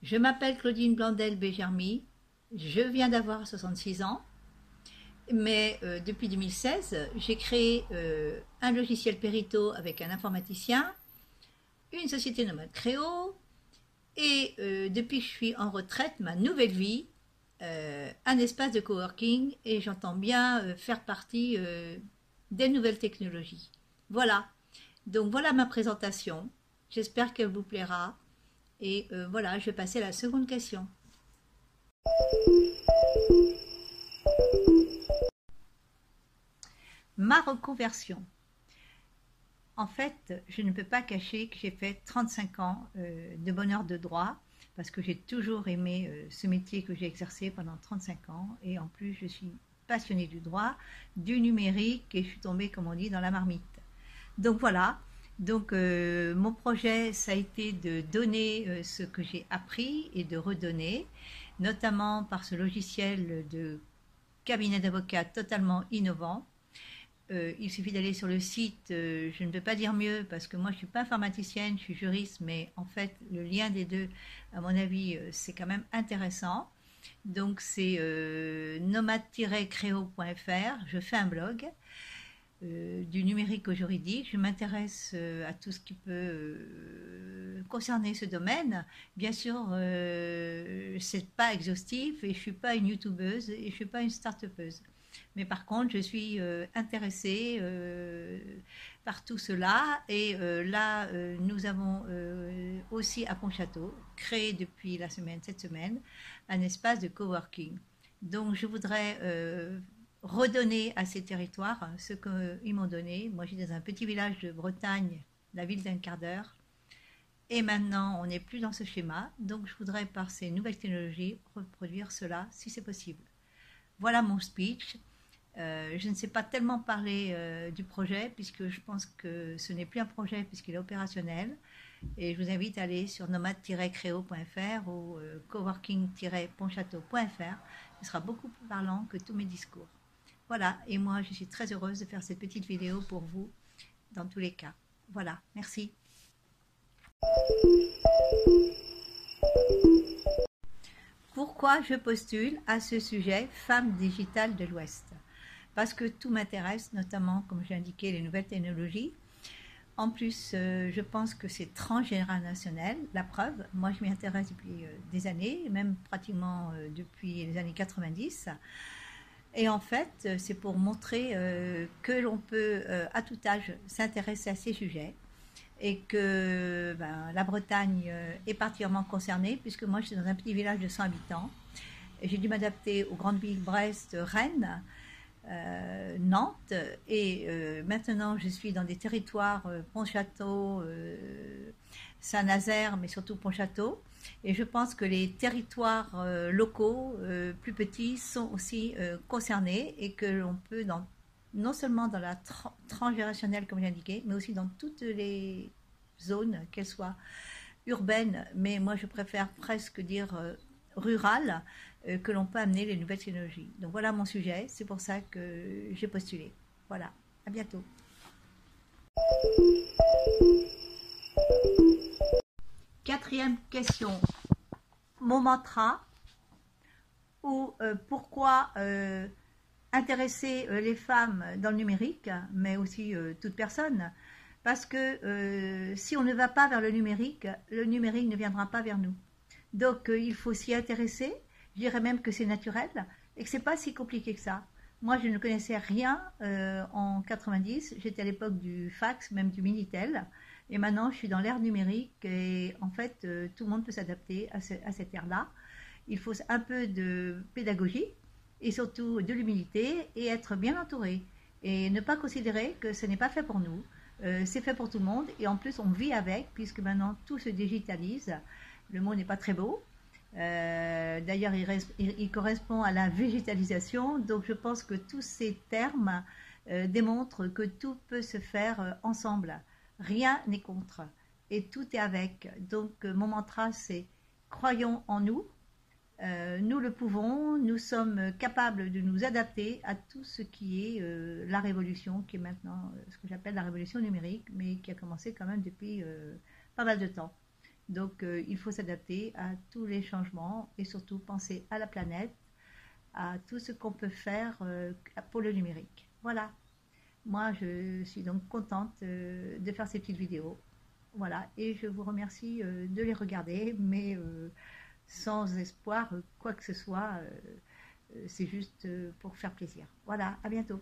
Je m'appelle Claudine Blandel-Bégermy, je viens d'avoir 66 ans, mais depuis 2016, j'ai créé un logiciel Perito avec un informaticien, une société nomade Créo, et depuis que je suis en retraite, ma nouvelle vie, un espace de coworking, et j'entends bien faire partie des nouvelles technologies. Voilà, donc voilà ma présentation, j'espère qu'elle vous plaira. Et voilà, je vais passer à la seconde question. Ma reconversion. En fait, je ne peux pas cacher que j'ai fait 35 ans de bonheur de droit, parce que j'ai toujours aimé ce métier que j'ai exercé pendant 35 ans. Et en plus, je suis passionnée du droit, du numérique, et je suis tombée, comme on dit, dans la marmite. Donc voilà. Donc mon projet, ça a été de donner ce que j'ai appris et de redonner, notamment par ce logiciel de cabinet d'avocats totalement innovant. Il suffit d'aller sur le site, je ne peux pas dire mieux parce que moi je ne suis pas informaticienne, je suis juriste, mais en fait le lien des deux, à mon avis, c'est quand même intéressant. Donc c'est nomade-creo.fr, je fais un blog du numérique au juridique. Je m'intéresse à tout ce qui peut concerner ce domaine. Bien sûr, c'est pas exhaustif et je suis pas une youtubeuse et je suis pas une start-upeuse. Mais par contre, je suis intéressée par tout cela. Et là, nous avons aussi à Pontchâteau créé depuis cette semaine, un espace de coworking. Donc, je voudrais redonner à ces territoires ce qu'ils m'ont donné. Moi, j'étais dans un petit village de Bretagne, la ville d'un quart d'heure. Et maintenant, on n'est plus dans ce schéma. Donc, je voudrais, par ces nouvelles technologies, reproduire cela si c'est possible. Voilà mon speech. Je ne sais pas tellement parler du projet, puisque je pense que ce n'est plus un projet, puisqu'il est opérationnel. Et je vous invite à aller sur nomade-creo.fr ou coworking-pontchâteau.fr. Ce sera beaucoup plus parlant que tous mes discours. Voilà, et moi je suis très heureuse de faire cette petite vidéo pour vous, dans tous les cas. Voilà, merci. Pourquoi je postule à ce sujet Femmes digitales de l'Ouest? Parce que tout m'intéresse, notamment, comme j'ai indiqué, les nouvelles technologies. En plus, je pense que c'est transgénérationnel, la preuve. Moi, je m'y intéresse depuis des années, même pratiquement depuis les années 90. Et en fait, c'est pour montrer que l'on peut, à tout âge, s'intéresser à ces sujets et que la Bretagne est particulièrement concernée, puisque moi, je suis dans un petit village de 100 habitants. Et j'ai dû m'adapter aux grandes villes Brest, Rennes, Nantes, et maintenant, je suis dans des territoires Pontchâteau, Saint-Nazaire, mais surtout Pontchâteau. Et je pense que les territoires locaux plus petits sont aussi concernés et que l'on peut, non seulement dans la transgénérationnelle, comme j'ai indiqué, mais aussi dans toutes les zones, qu'elles soient urbaines, mais moi je préfère presque dire rurales, que l'on peut amener les nouvelles technologies. Donc voilà mon sujet, c'est pour ça que j'ai postulé. Voilà, à bientôt. Quatrième question, mon mantra, ou pourquoi intéresser les femmes dans le numérique, mais aussi toute personne, parce que si on ne va pas vers le numérique ne viendra pas vers nous. Donc il faut s'y intéresser, je dirais même que c'est naturel, et que c'est pas si compliqué que ça. Moi, je ne connaissais rien en 90, j'étais à l'époque du fax, même du Minitel, et maintenant je suis dans l'ère numérique, et en fait, tout le monde peut s'adapter à cette ère-là. Il faut un peu de pédagogie, et surtout de l'humilité, et être bien entouré, et ne pas considérer que ce n'est pas fait pour nous, c'est fait pour tout le monde, et en plus on vit avec, puisque maintenant tout se digitalise. Le mot n'est pas très beau, d'ailleurs il correspond à la végétalisation, donc je pense que tous ces termes démontrent que tout peut se faire ensemble, rien n'est contre, et tout est avec. Donc mon mantra, c'est croyons en nous, nous le pouvons, nous sommes capables de nous adapter à tout ce qui est la révolution, qui est maintenant ce que j'appelle la révolution numérique, mais qui a commencé quand même depuis pas mal de temps. Donc il faut s'adapter à tous les changements et surtout penser à la planète, à tout ce qu'on peut faire pour le numérique. Voilà, moi je suis donc contente de faire ces petites vidéos. Voilà, et je vous remercie de les regarder, mais sans espoir quoi que ce soit, c'est juste pour faire plaisir. Voilà, à bientôt.